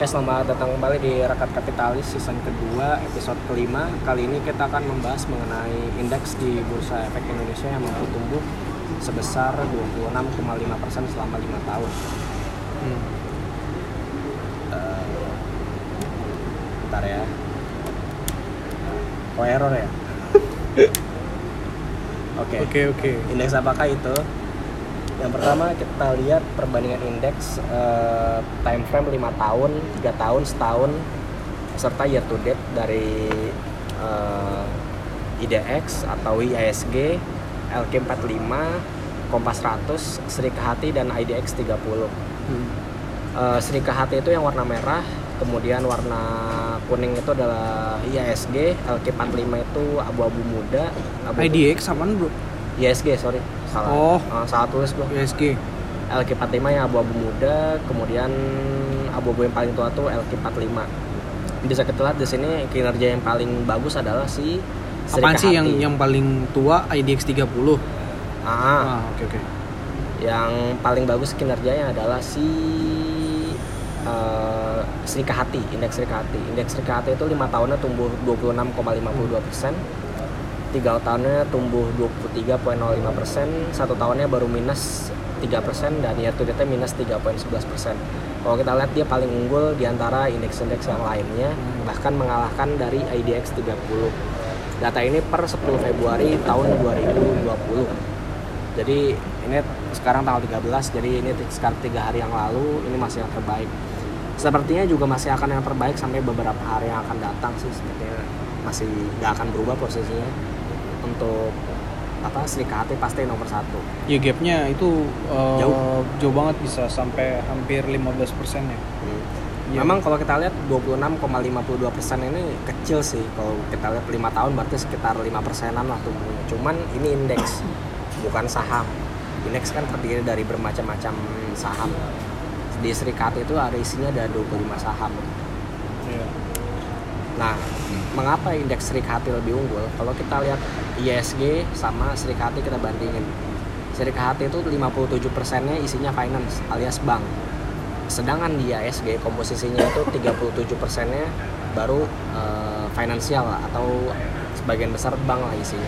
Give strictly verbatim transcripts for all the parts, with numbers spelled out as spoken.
Selamat datang kembali di Rakat Kapitalis season kedua episode kelima. Kali ini kita akan membahas mengenai indeks di Bursa Efek Indonesia yang mampu tumbuh sebesar dua puluh enam koma lima persen selama lima tahun. Hmm. Uh, bentar ya. Kok error ya? Oke. Oke oke. Indeks apakah itu? Yang pertama kita lihat perbandingan indeks uh, time frame lima tahun, tiga tahun, setahun serta year to date dari uh, I D X atau I I S G, L Q empat puluh lima, Kompas seratus, Sri Kahati dan I D X tiga puluh. Hmm. Uh, Sri Kahati itu yang warna merah, kemudian warna kuning itu adalah I I S G, L Q empat puluh lima itu abu-abu muda. Abu-abu. I D X apaan bro? I I S G sorry. Salah. Oh, uh, salah tulis gua. I S G. L Q empat puluh lima yang abu-abu muda, kemudian abu-abu yang paling tua tuh L Q empat puluh lima. Bisa kita lihat di sini kinerja yang paling bagus adalah si Sri Apaan Kahati. sih yang yang paling tua? I D X tiga puluh. Ah, ah oke okay, oke. Okay. Yang paling bagus kinerjanya adalah si uh, Sri Kahati, indeks Sri Kahati. Indeks Sri Kahati itu lima tahunnya tumbuh dua puluh enam koma lima dua persen. tiga tahunnya tumbuh dua puluh tiga koma nol lima persen, satu tahunnya baru minus tiga persen, dan year to date minus tiga koma satu satu persen. Kalau kita lihat dia paling unggul di antara indeks-indeks yang lainnya, bahkan mengalahkan dari I D X tiga puluh. Data ini per sepuluh Februari tahun dua ribu dua puluh. Jadi ini sekarang tanggal tiga belas, jadi ini sekitar tiga hari yang lalu, ini masih yang terbaik. Sepertinya juga masih akan yang terbaik sampai beberapa hari yang akan datang sih, sepertinya masih nggak akan berubah posisinya. Untuk apa Sri Kahati pasti nomor satu. Ya gapnya itu uh, jauh jauh banget, bisa sampai hampir lima belas persen ya. Hmm. Ya. Memang kalau kita lihat dua puluh enam koma lima dua persen ini kecil sih. Kalau kita lihat lima tahun berarti sekitar lima persenan lah tumbuhnya. Cuman ini indeks bukan saham. Indeks kan terdiri dari bermacam-macam saham. Di Sri Kahati itu ada isinya ada dua puluh lima saham. Ya. Nah, mengapa indeks Sri Kahati lebih unggul? Kalau kita lihat I I S G sama Sri Kahati kita bandingin. Sri Kahati itu lima puluh tujuh persennya isinya finance alias bank. Sedangkan di I I S G komposisinya itu tiga puluh tujuh persennya baru uh, finansial atau sebagian besar bank lah isinya.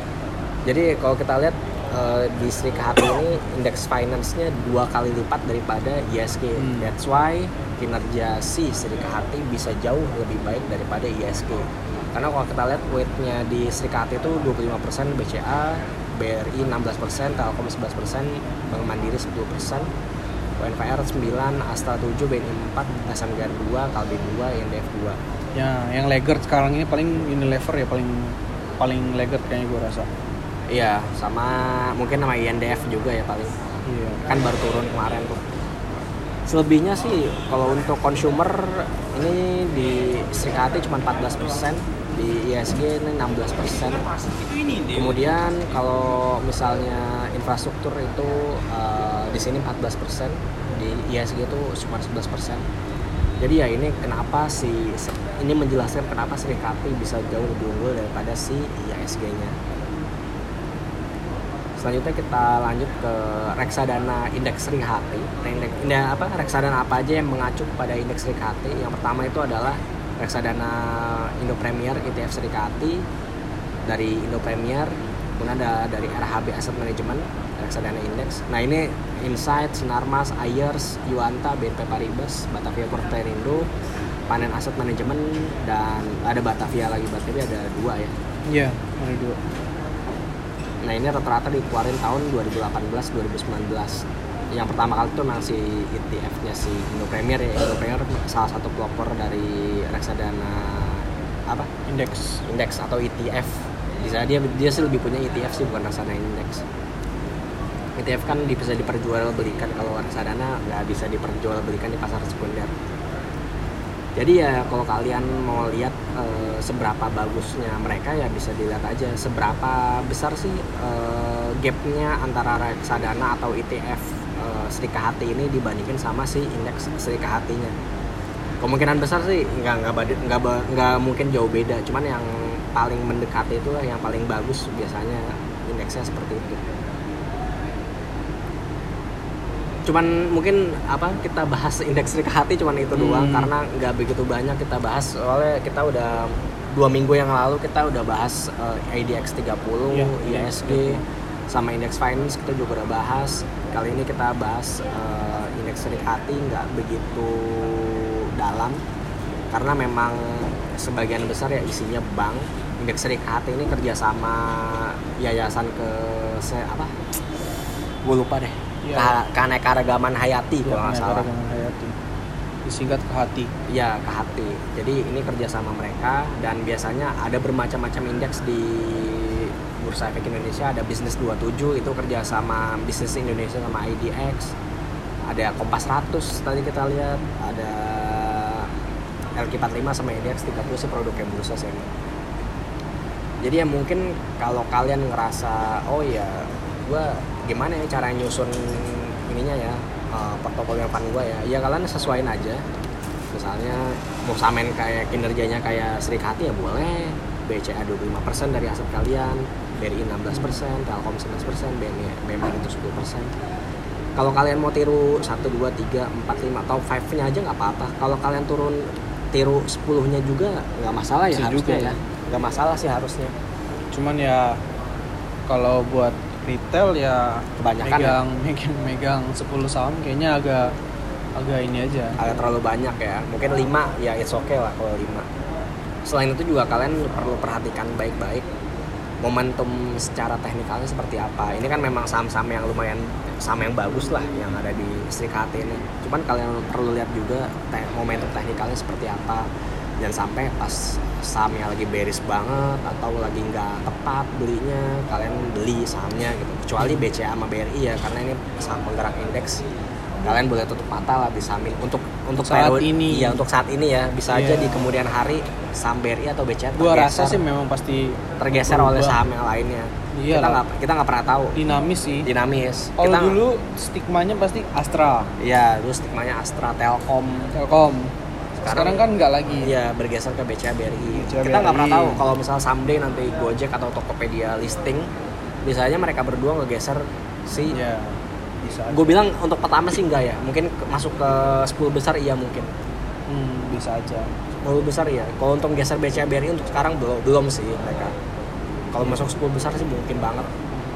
Jadi kalau kita lihat uh, di Sri Kahati ini indeks finance-nya dua kali lipat daripada I I S G. Hmm. That's why kinerja si Sri Kahati bisa jauh lebih baik daripada I I S G. Karena kalau kita lihat weight-nya di Sri Kahati itu dua puluh lima persen B C A, B R I enam belas persen, Telkom sebelas persen, Bank Mandiri sepuluh persen, U N P R sembilan, Astra tujuh, B N I empat, S M G R dua, Kalbe dua, I N D F dua. Ya, yang laggard sekarang ini paling Unilever ya, paling paling laggard kayaknya gue rasa. Iya, sama mungkin sama I N D F juga ya paling. Iya. Kan baru turun kemarin tuh. Selebihnya sih kalau untuk consumer ini di Sri Kahati cuma empat belas persen, di I I S G ini enam belas persen. Kemudian kalau misalnya infrastruktur itu uh, di sini empat belas persen, di I I S G itu cuma sebelas persen. Jadi ya ini kenapa sih ini menjelaskan kenapa Sri Kahati bisa jauh lebih unggul daripada si I I S G-nya. Selanjutnya kita lanjut ke reksadana indeks Sri Kahati. Indeks, indeks apa? Reksadana apa aja yang mengacu pada indeks Sri Kahati? Yang pertama itu adalah reksadana Indo Premier E T F Sri Kahati dari Indo Premier, kemudian ada dari R H B Asset Management, reksadana indeks. Nah ini Insight, Sinarmas, Ayers, Yuanta, B N P Paribas, Batavia Porterindo, Panen Asset Management, dan ada Batavia lagi. Batavia ada dua ya? Iya, ada dua. Nah ini rata-rata dikeluarin tahun dua ribu delapan belas dua ribu sembilan belas. Yang pertama kali itu memang si E T F-nya si Indo Premier ya. Indo Premier salah satu pelopor dari reksadana apa? Indeks. Indeks atau E T F. Bisa dia dia sih lebih punya E T F sih, bukan reksadana indeks. E T F kan bisa diperjualbelikan, kalau reksadana nggak bisa diperjualbelikan di pasar sekunder. Jadi ya kalau kalian mau lihat e, seberapa bagusnya mereka ya bisa dilihat aja seberapa besar sih e, gapnya antara reksadana atau E T F e, Sri Kahati ini dibandingin sama si indeks Sri Kahatinya. Kemungkinan besar sih nggak nggak nggak nggak mungkin jauh beda, cuman yang paling mendekati itu yang paling bagus biasanya indeksnya seperti itu. cuman mungkin apa kita bahas indeks Serikahati cuman itu Hmm. doang karena nggak begitu banyak kita bahas soalnya kita udah dua minggu yang lalu kita udah bahas uh, I D X tiga puluh, Iya, I S G sama indeks finance kita juga udah bahas. Kali ini kita bahas uh, indeks Serikahati nggak begitu dalam karena memang sebagian besar ya isinya bank. Indeks Serikahati ini kerjasama yayasan ke se apa gue lupa deh. Iya. Ka- Keanekaragaman Hayati Ya, kalau nggak salah. Keanekaragaman Hayati. Disingkat ke hati. Ya ke hati. Jadi ini kerjasama mereka dan biasanya ada bermacam-macam indeks di Bursa Efek Indonesia. Ada Bisnis dua puluh tujuh itu kerjasama Bisnis Indonesia sama I D X. Ada Kompas seratus tadi kita lihat. Ada L Q empat puluh lima sama I D X tiga puluh sih produknya bursa sih emang. Jadi ya mungkin kalau kalian ngerasa oh ya gue gimana ya cara nyusun ininya ya uh, portofolio fund gue ya ya kalian sesuaiin aja. Misalnya mau samain kayak kinerjanya kayak Serikahati ya boleh, B C A dua puluh lima persen dari aset kalian, B R I enam belas persen, Telkom sebelas persen, B M R itu sepuluh persen. Kalau kalian mau tiru satu, dua, tiga, empat, lima atau lima nya aja nggak apa-apa. Kalau kalian turun tiru sepuluh-nya juga nggak masalah ya Bisa harusnya juga ya. Nggak masalah sih harusnya. Cuman ya kalau buat retail ya Kebanyakan megang, megang megang sepuluh saham kayaknya agak agak ini aja. Agak terlalu banyak ya. Mungkin lima ya it's okay lah kalau lima. Selain itu juga kalian perlu perhatikan baik-baik momentum secara teknikalnya seperti apa. Ini kan memang saham-saham yang lumayan saham yang bagus lah yang ada di Serikahati ini. Cuman kalian perlu lihat juga te- momentum teknikalnya seperti apa. Jangan sampai pas sahamnya lagi bearish banget atau lagi nggak tepat belinya kalian beli sahamnya gitu. Kecuali B C A sama B R I ya karena ini saham penggerak indeks. Kalian boleh tutup mata lah disamin untuk untuk Saat periode- ini. Iya untuk saat ini ya bisa aja Iya. di kemudian hari saham B R I atau B C A Gua rasa tergeser, sih memang pasti tergeser berubah. oleh saham yang lainnya. Iya Kita lah. nggak kita nggak pernah tahu. Dinamis sih. Dinamis. Kalau Kita dulu stigmanya pasti Astra, Iya, dulu stigmanya Astra, Telkom. Telkom. Sekarang- Sekarang kan nggak lagi. Iya, bergeser ke B C A B R I. B C A Kita nggak pernah B R I. tahu kalau misalnya someday nanti Gojek atau Tokopedia listing, biasanya mereka berdua ngegeser si. Ya, bisa. aja. Gue bilang untuk pertama sih enggak ya. Mungkin ke- masuk ke sepuluh besar iya mungkin. Hmm, bisa aja. sepuluh besar ya. Kalau untuk geser B C A B R I untuk sekarang belum belum sih mereka. Kalau masuk sepuluh besar sih mungkin banget.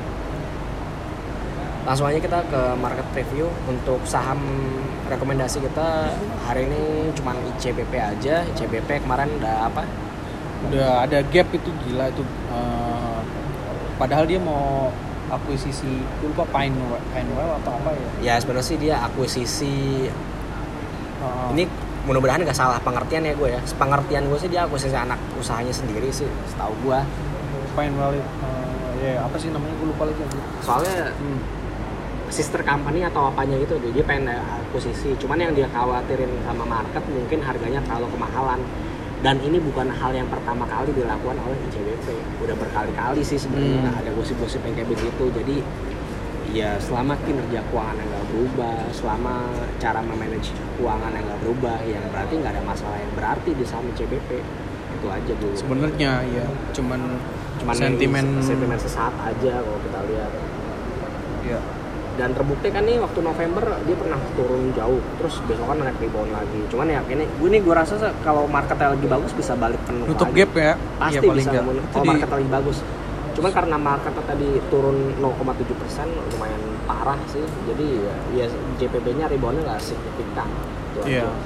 Langsung aja kita ke market review. Untuk saham rekomendasi kita hari ini cuma I C B P aja. I C B P kemarin udah apa? Udah ada gap itu gila itu. eh, padahal dia mau akuisisi, gue lupa Pinewell, Pinewell apa apa ya. Ya sebenarnya sih dia akuisisi. Eh, Ini mudah-mudahan nggak salah pengertian ya gue ya. Pengertian gue sih dia akuisisi anak usahanya sendiri sih, setahu gue. Pinewell, eh, ya apa sih namanya gue lupa lagi. Soalnya Hmm. sister company atau apanya gitu dia, dia pengen akuisisi. Cuman yang dia khawatirin sama market mungkin harganya terlalu kemahalan. Dan ini bukan hal yang pertama kali dilakukan oleh I C B P. Udah berkali-kali sih sebenarnya Hmm. ada gosip-gosip yang kayak begitu. Jadi ya selama kinerja keuangan yang nggak berubah, selama cara memanage keuangan yang nggak berubah, yang berarti nggak ada masalah yang berarti di saham I C B P. Itu aja dulu. Sebenarnya ya, cuman Cuman sentimen sentimen sesaat aja kalau kita lihat. ya. Dan terbukti kan nih waktu November dia pernah turun jauh, terus besok kan naik rebound lagi. Cuman ya ini gue nih gue rasa se- kalau marketnya lagi bagus bisa balik penuh Nutup lagi. gap ya. Pasti ya, paling bisa nggak. mun- Itu kalau di- market lagi bagus. Cuman karena marketnya tadi turun nol koma tujuh persen lumayan parah sih. Jadi ya, ya J P B-nya reboundnya nggak signifikan. Itu Iya. aja.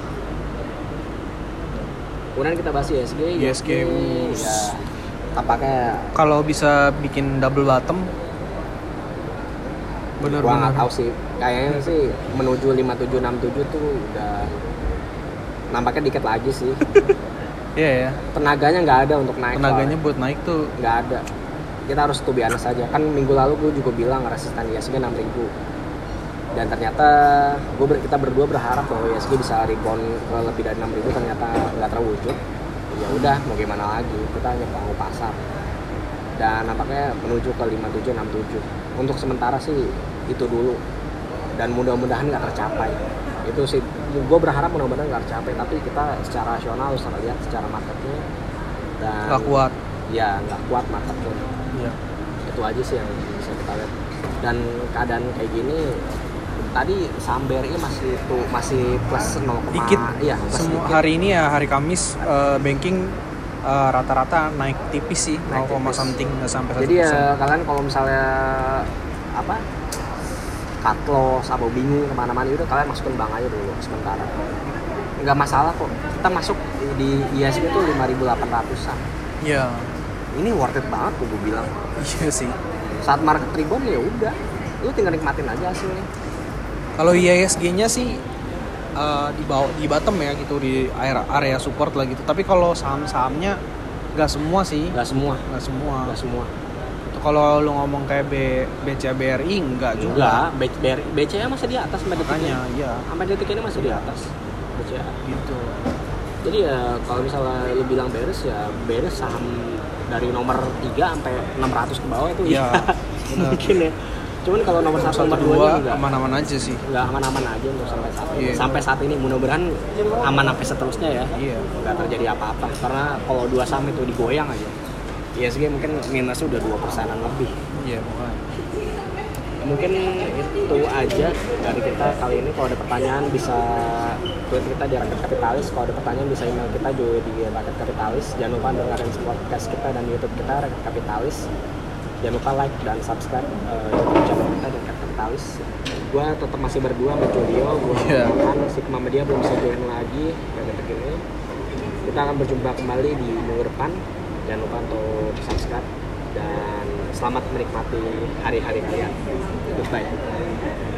Kemudian kita bahas I S G. I S G, ya tampaknya Kalau bisa bikin double bottom, gua nggak benar-benar tahu sih. Kayaknya sih menuju lima tujuh enam tujuh tuh udah nampaknya dikit lagi sih. Iya ya. Tenaganya nggak ada untuk naik. Tenaganya buat naik tuh soalnya. Nggak ada. Kita harus to be honest aja. Kan minggu lalu gue juga bilang resisten I S G enam ribu. Dan ternyata gue ber, kita berdua berharap bahwa I S G bisa rebound ke lebih dari enam ribu, ternyata nggak terwujud. Ya udah mau gimana lagi, kita hanya pelaku pasar. Dan nampaknya menuju ke lima tujuh enam tujuh. Untuk sementara sih itu dulu. Dan mudah-mudahan nggak tercapai. Itu sih gue berharap mudah-mudahan nggak tercapai, tapi kita secara rasional harus lihat secara marketnya dan nggak kuat. ya nggak kuat marketnya. Iya. Itu aja sih yang bisa kita lihat. Dan keadaan kayak gini tadi saham B R I masih tuh masih plus nol, Dikit. Iya, plus Semua dikit. hari ini ya hari Kamis uh, banking uh, rata-rata naik tipis sih, Naik nol, tipis. something nggak sampai satu Jadi persen. ya kalian kalau misalnya apa cut loss atau bingung kemana-mana itu kalian masukin bank aja dulu sementara. Nggak masalah kok. Kita masuk di I S G itu lima ribu delapan ratusan. Iya. Ini worth it banget tuh gue bilang. Iya sih. Saat market rebound ya udah, lu tinggal nikmatin aja hasilnya. Kalau I S G-nya sih uh, di bawah, di bottom ya gitu, di area, area support lah gitu. Tapi kalau saham-sahamnya nggak semua sih, Nggak semua, nggak semua. nggak semua. Itu kalau lu ngomong kayak B, BCA B R I nggak juga. Enggak, B- B- B C A masih di atas sampai detik Makanya, ini. iya. Sampai detik ini masih di atas B C A. Gitu. Jadi ya kalau misalnya lu bilang beres ya beres saham dari nomor tiga sampai enam ratus ke bawah itu Iya, ya benar. mungkin ya. Cuman kalau nomor satu nomor dua dua enggak aman-aman aja sih. enggak aman-aman aja untuk sampai saat ini. Iya. Sampai saat ini mudah-mudahan aman sampai seterusnya ya. Iya. Nggak terjadi apa-apa karena kalau dua saham itu digoyang aja I S G mungkin minusnya udah dua persenan lebih. Iya, makanya. Mungkin itu aja dari kita kali ini. Kalau ada pertanyaan bisa tweet kita di Rakyat Kapitalis. Kalau ada pertanyaan bisa email kita juga di Rakyat Kapitalis. Jangan lupa dengerin podcast kita dan YouTube kita Rakyat Kapitalis. Jangan lupa like dan subscribe uh, YouTube channel kita di Rakyat Kapitalis. Gua tetap masih berdua sama Julio. Gua Yeah. kan Sigma Media belum bisa join lagi pada detik ini. Kita akan berjumpa kembali di minggu depan. Jangan lupa untuk subscribe dan selamat menikmati hari-hari kalian. Goodbye.